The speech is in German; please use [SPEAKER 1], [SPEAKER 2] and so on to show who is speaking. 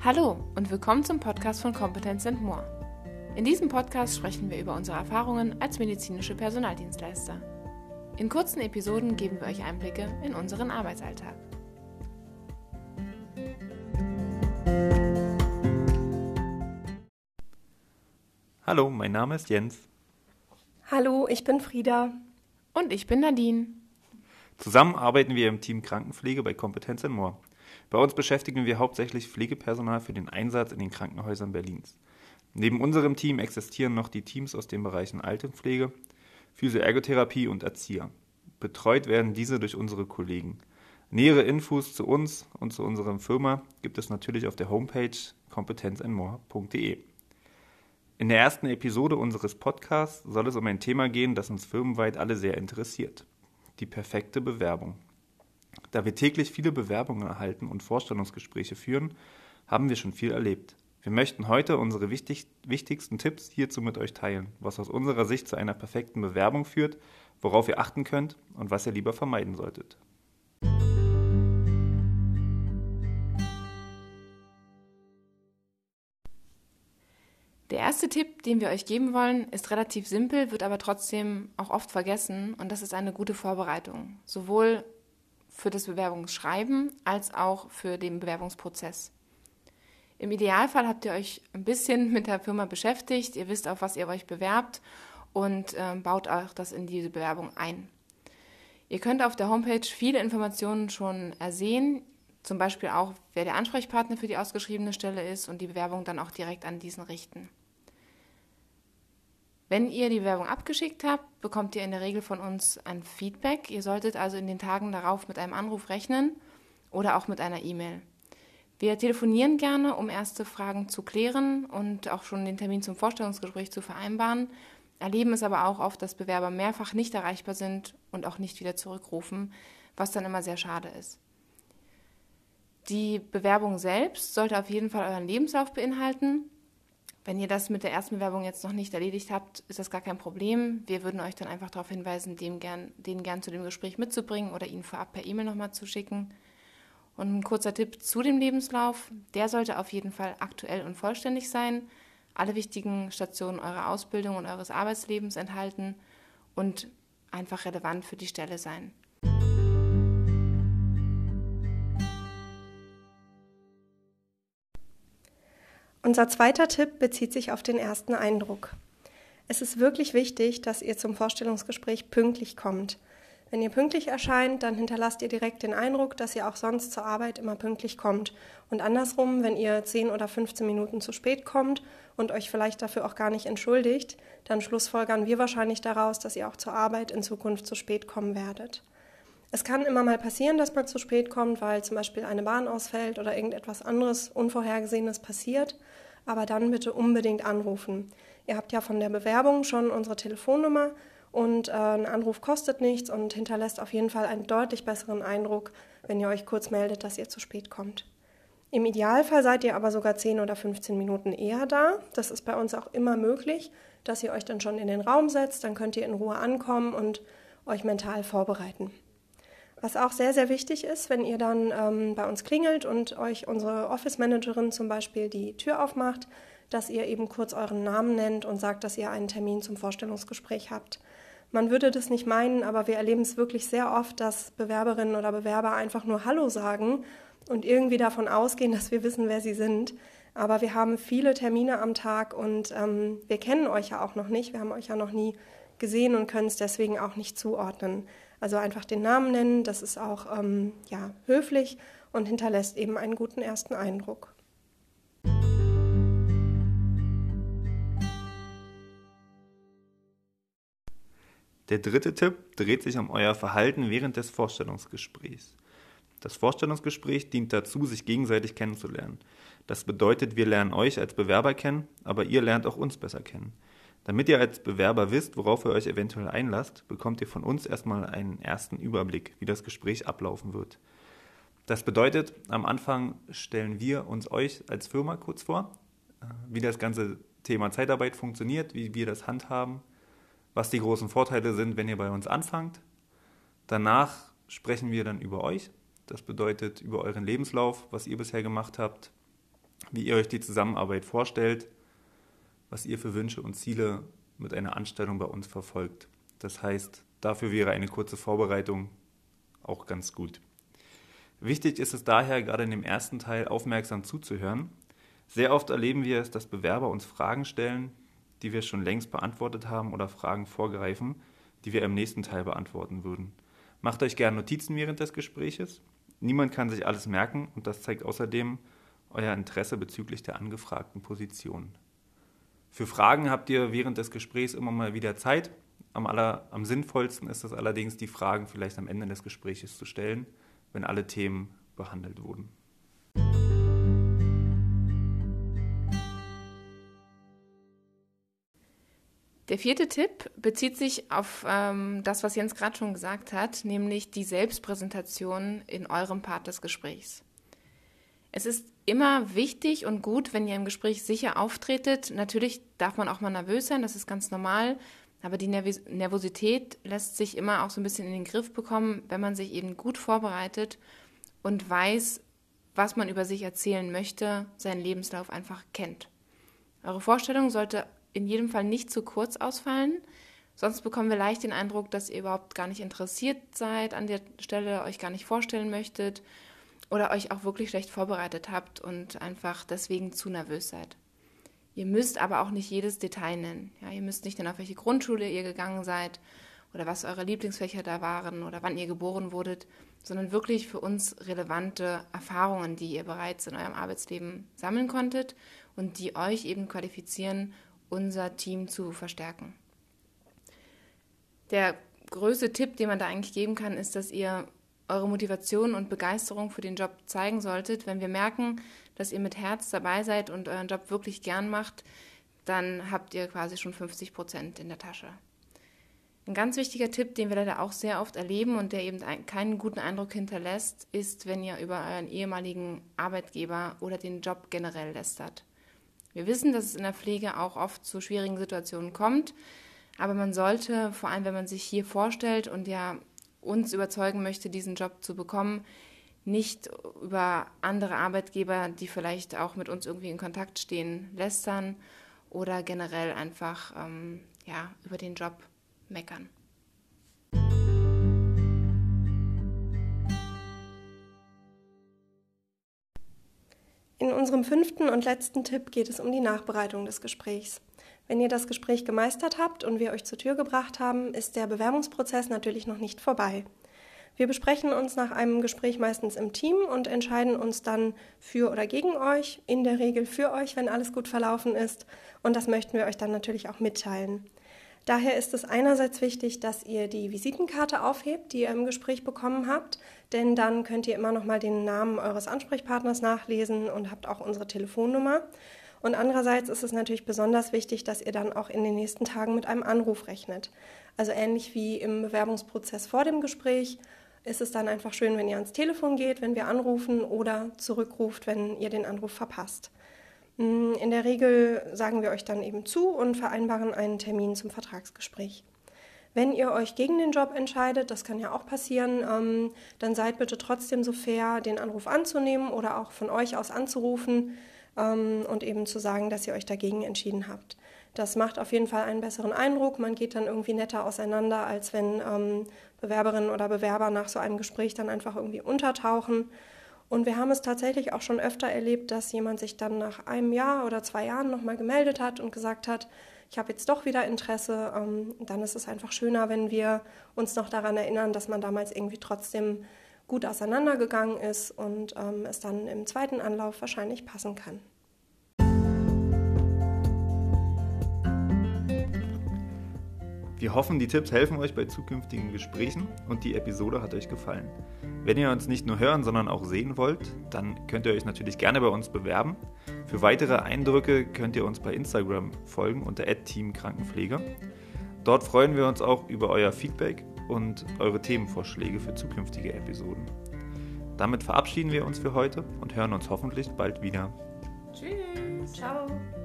[SPEAKER 1] Hallo und willkommen zum Podcast von Competence & More. In diesem Podcast sprechen wir über unsere Erfahrungen als medizinische Personaldienstleister. In kurzen Episoden geben wir euch Einblicke in unseren Arbeitsalltag.
[SPEAKER 2] Hallo, mein Name ist Jens.
[SPEAKER 3] Hallo, ich bin Frieda.
[SPEAKER 1] Und ich bin Nadine.
[SPEAKER 2] Zusammen arbeiten wir im Team Krankenpflege bei Competence & More. Bei uns beschäftigen wir hauptsächlich Pflegepersonal für den Einsatz in den Krankenhäusern Berlins. Neben unserem Team existieren noch die Teams aus den Bereichen Altenpflege, Physio-Ergotherapie und Erzieher. Betreut werden diese durch unsere Kollegen. Nähere Infos zu uns und zu unserer Firma gibt es natürlich auf der Homepage competenzandmore.de. In der ersten Episode unseres Podcasts soll es um ein Thema gehen, das uns firmenweit alle sehr interessiert: die perfekte Bewerbung. Da wir täglich viele Bewerbungen erhalten und Vorstellungsgespräche führen, haben wir schon viel erlebt. Wir möchten heute unsere wichtigsten Tipps hierzu mit euch teilen, was aus unserer Sicht zu einer perfekten Bewerbung führt, worauf ihr achten könnt und was ihr lieber vermeiden solltet.
[SPEAKER 1] Der erste Tipp, den wir euch geben wollen, ist relativ simpel, wird aber trotzdem auch oft vergessen, und das ist eine gute Vorbereitung, sowohl für das Bewerbungsschreiben als auch für den Bewerbungsprozess. Im Idealfall habt ihr euch ein bisschen mit der Firma beschäftigt, ihr wisst, auf was ihr euch bewerbt und baut auch das in diese Bewerbung ein. Ihr könnt auf der Homepage viele Informationen schon ersehen, zum Beispiel auch, wer der Ansprechpartner für die ausgeschriebene Stelle ist und die Bewerbung dann auch direkt an diesen richten. Wenn ihr die Bewerbung abgeschickt habt, bekommt ihr in der Regel von uns ein Feedback. Ihr solltet also in den Tagen darauf mit einem Anruf rechnen oder auch mit einer E-Mail. Wir telefonieren gerne, um erste Fragen zu klären und auch schon den Termin zum Vorstellungsgespräch zu vereinbaren, erleben es aber auch oft, dass Bewerber mehrfach nicht erreichbar sind und auch nicht wieder zurückrufen, was dann immer sehr schade ist. Die Bewerbung selbst sollte auf jeden Fall euren Lebenslauf beinhalten. Wenn ihr das mit der ersten Bewerbung jetzt noch nicht erledigt habt, ist das gar kein Problem. Wir würden euch dann einfach darauf hinweisen, den gern zu dem Gespräch mitzubringen oder ihn vorab per E-Mail nochmal zu schicken. Und ein kurzer Tipp zu dem Lebenslauf: Der sollte auf jeden Fall aktuell und vollständig sein, alle wichtigen Stationen eurer Ausbildung und eures Arbeitslebens enthalten und einfach relevant für die Stelle sein.
[SPEAKER 3] Unser zweiter Tipp bezieht sich auf den ersten Eindruck. Es ist wirklich wichtig, dass ihr zum Vorstellungsgespräch pünktlich kommt. Wenn ihr pünktlich erscheint, dann hinterlasst ihr direkt den Eindruck, dass ihr auch sonst zur Arbeit immer pünktlich kommt. Und andersrum, wenn ihr 10 oder 15 Minuten zu spät kommt und euch vielleicht dafür auch gar nicht entschuldigt, dann schlussfolgern wir wahrscheinlich daraus, dass ihr auch zur Arbeit in Zukunft zu spät kommen werdet. Es kann immer mal passieren, dass man zu spät kommt, weil zum Beispiel eine Bahn ausfällt oder irgendetwas anderes Unvorhergesehenes passiert. Aber dann bitte unbedingt anrufen. Ihr habt ja von der Bewerbung schon unsere Telefonnummer und ein Anruf kostet nichts und hinterlässt auf jeden Fall einen deutlich besseren Eindruck, wenn ihr euch kurz meldet, dass ihr zu spät kommt. Im Idealfall seid ihr aber sogar 10 oder 15 Minuten eher da. Das ist bei uns auch immer möglich, dass ihr euch dann schon in den Raum setzt. Dann könnt ihr in Ruhe ankommen und euch mental vorbereiten. Was auch sehr, sehr wichtig ist, wenn ihr dann bei uns klingelt und euch unsere Office-Managerin zum Beispiel die Tür aufmacht, dass ihr eben kurz euren Namen nennt und sagt, dass ihr einen Termin zum Vorstellungsgespräch habt. Man würde das nicht meinen, aber wir erleben es wirklich sehr oft, dass Bewerberinnen oder Bewerber einfach nur Hallo sagen und irgendwie davon ausgehen, dass wir wissen, wer sie sind. Aber wir haben viele Termine am Tag und wir kennen euch ja auch noch nicht. Wir haben euch ja noch nie gesehen und können es deswegen auch nicht zuordnen. Also einfach den Namen nennen, das ist auch höflich und hinterlässt eben einen guten ersten Eindruck.
[SPEAKER 2] Der dritte Tipp dreht sich um euer Verhalten während des Vorstellungsgesprächs. Das Vorstellungsgespräch dient dazu, sich gegenseitig kennenzulernen. Das bedeutet, wir lernen euch als Bewerber kennen, aber ihr lernt auch uns besser kennen. Damit ihr als Bewerber wisst, worauf ihr euch eventuell einlasst, bekommt ihr von uns erstmal einen ersten Überblick, wie das Gespräch ablaufen wird. Das bedeutet, am Anfang stellen wir uns euch als Firma kurz vor, wie das ganze Thema Zeitarbeit funktioniert, wie wir das handhaben, was die großen Vorteile sind, wenn ihr bei uns anfangt. Danach sprechen wir dann über euch, das bedeutet über euren Lebenslauf, was ihr bisher gemacht habt, wie ihr euch die Zusammenarbeit vorstellt, was ihr für Wünsche und Ziele mit einer Anstellung bei uns verfolgt. Das heißt, dafür wäre eine kurze Vorbereitung auch ganz gut. Wichtig ist es daher, gerade in dem ersten Teil aufmerksam zuzuhören. Sehr oft erleben wir es, dass Bewerber uns Fragen stellen, die wir schon längst beantwortet haben oder Fragen vorgreifen, die wir im nächsten Teil beantworten würden. Macht euch gerne Notizen während des Gespräches. Niemand kann sich alles merken und das zeigt außerdem euer Interesse bezüglich der angefragten Position. Für Fragen habt ihr während des Gesprächs immer mal wieder Zeit. Am sinnvollsten ist es allerdings, die Fragen vielleicht am Ende des Gesprächs zu stellen, wenn alle Themen behandelt wurden.
[SPEAKER 1] Der 4. Tipp bezieht sich auf das, was Jens gerade schon gesagt hat, nämlich die Selbstpräsentation in eurem Part des Gesprächs. Es ist immer wichtig und gut, wenn ihr im Gespräch sicher auftretet. Natürlich darf man auch mal nervös sein, das ist ganz normal, aber die Nervosität lässt sich immer auch so ein bisschen in den Griff bekommen, wenn man sich eben gut vorbereitet und weiß, was man über sich erzählen möchte, seinen Lebenslauf einfach kennt. Eure Vorstellung sollte in jedem Fall nicht zu kurz ausfallen, sonst bekommen wir leicht den Eindruck, dass ihr überhaupt gar nicht interessiert seid an der Stelle, euch gar nicht vorstellen möchtet oder euch auch wirklich schlecht vorbereitet habt und einfach deswegen zu nervös seid. Ihr müsst aber auch nicht jedes Detail nennen. Ja, ihr müsst nicht nennen, auf welche Grundschule ihr gegangen seid oder was eure Lieblingsfächer da waren oder wann ihr geboren wurdet, sondern wirklich für uns relevante Erfahrungen, die ihr bereits in eurem Arbeitsleben sammeln konntet und die euch eben qualifizieren, unser Team zu verstärken. Der größte Tipp, den man da eigentlich geben kann, ist, dass ihr eure Motivation und Begeisterung für den Job zeigen solltet. Wenn wir merken, dass ihr mit Herz dabei seid und euren Job wirklich gern macht, dann habt ihr quasi schon 50% in der Tasche. Ein ganz wichtiger Tipp, den wir leider auch sehr oft erleben und der eben keinen guten Eindruck hinterlässt, ist, wenn ihr über euren ehemaligen Arbeitgeber oder den Job generell lästert. Wir wissen, dass es in der Pflege auch oft zu schwierigen Situationen kommt, aber man sollte, vor allem wenn man sich hier vorstellt und ja uns überzeugen möchte, diesen Job zu bekommen, nicht über andere Arbeitgeber, die vielleicht auch mit uns irgendwie in Kontakt stehen, lästern oder generell einfach über den Job meckern.
[SPEAKER 3] In unserem 5. und letzten Tipp geht es um die Nachbereitung des Gesprächs. Wenn ihr das Gespräch gemeistert habt und wir euch zur Tür gebracht haben, ist der Bewerbungsprozess natürlich noch nicht vorbei. Wir besprechen uns nach einem Gespräch meistens im Team und entscheiden uns dann für oder gegen euch, in der Regel für euch, wenn alles gut verlaufen ist. Und das möchten wir euch dann natürlich auch mitteilen. Daher ist es einerseits wichtig, dass ihr die Visitenkarte aufhebt, die ihr im Gespräch bekommen habt, denn dann könnt ihr immer noch mal den Namen eures Ansprechpartners nachlesen und habt auch unsere Telefonnummer. Und andererseits ist es natürlich besonders wichtig, dass ihr dann auch in den nächsten Tagen mit einem Anruf rechnet. Also ähnlich wie im Bewerbungsprozess vor dem Gespräch ist es dann einfach schön, wenn ihr ans Telefon geht, wenn wir anrufen oder zurückruft, wenn ihr den Anruf verpasst. In der Regel sagen wir euch dann eben zu und vereinbaren einen Termin zum Vertragsgespräch. Wenn ihr euch gegen den Job entscheidet, das kann ja auch passieren, dann seid bitte trotzdem so fair, den Anruf anzunehmen oder auch von euch aus anzurufen und eben zu sagen, dass ihr euch dagegen entschieden habt. Das macht auf jeden Fall einen besseren Eindruck. Man geht dann irgendwie netter auseinander, als wenn Bewerberinnen oder Bewerber nach so einem Gespräch dann einfach irgendwie untertauchen. Und wir haben es tatsächlich auch schon öfter erlebt, dass jemand sich dann nach einem Jahr oder 2 Jahren nochmal gemeldet hat und gesagt hat, ich habe jetzt doch wieder Interesse. Dann ist es einfach schöner, wenn wir uns noch daran erinnern, dass man damals irgendwie trotzdem gut auseinandergegangen ist und es dann im zweiten Anlauf wahrscheinlich passen kann.
[SPEAKER 2] Wir hoffen, die Tipps helfen euch bei zukünftigen Gesprächen und die Episode hat euch gefallen. Wenn ihr uns nicht nur hören, sondern auch sehen wollt, dann könnt ihr euch natürlich gerne bei uns bewerben. Für weitere Eindrücke könnt ihr uns bei Instagram folgen unter @teamkrankenpflege. Dort freuen wir uns auch über euer Feedback und eure Themenvorschläge für zukünftige Episoden. Damit verabschieden wir uns für heute und hören uns hoffentlich bald wieder.
[SPEAKER 1] Tschüss.
[SPEAKER 3] Ciao.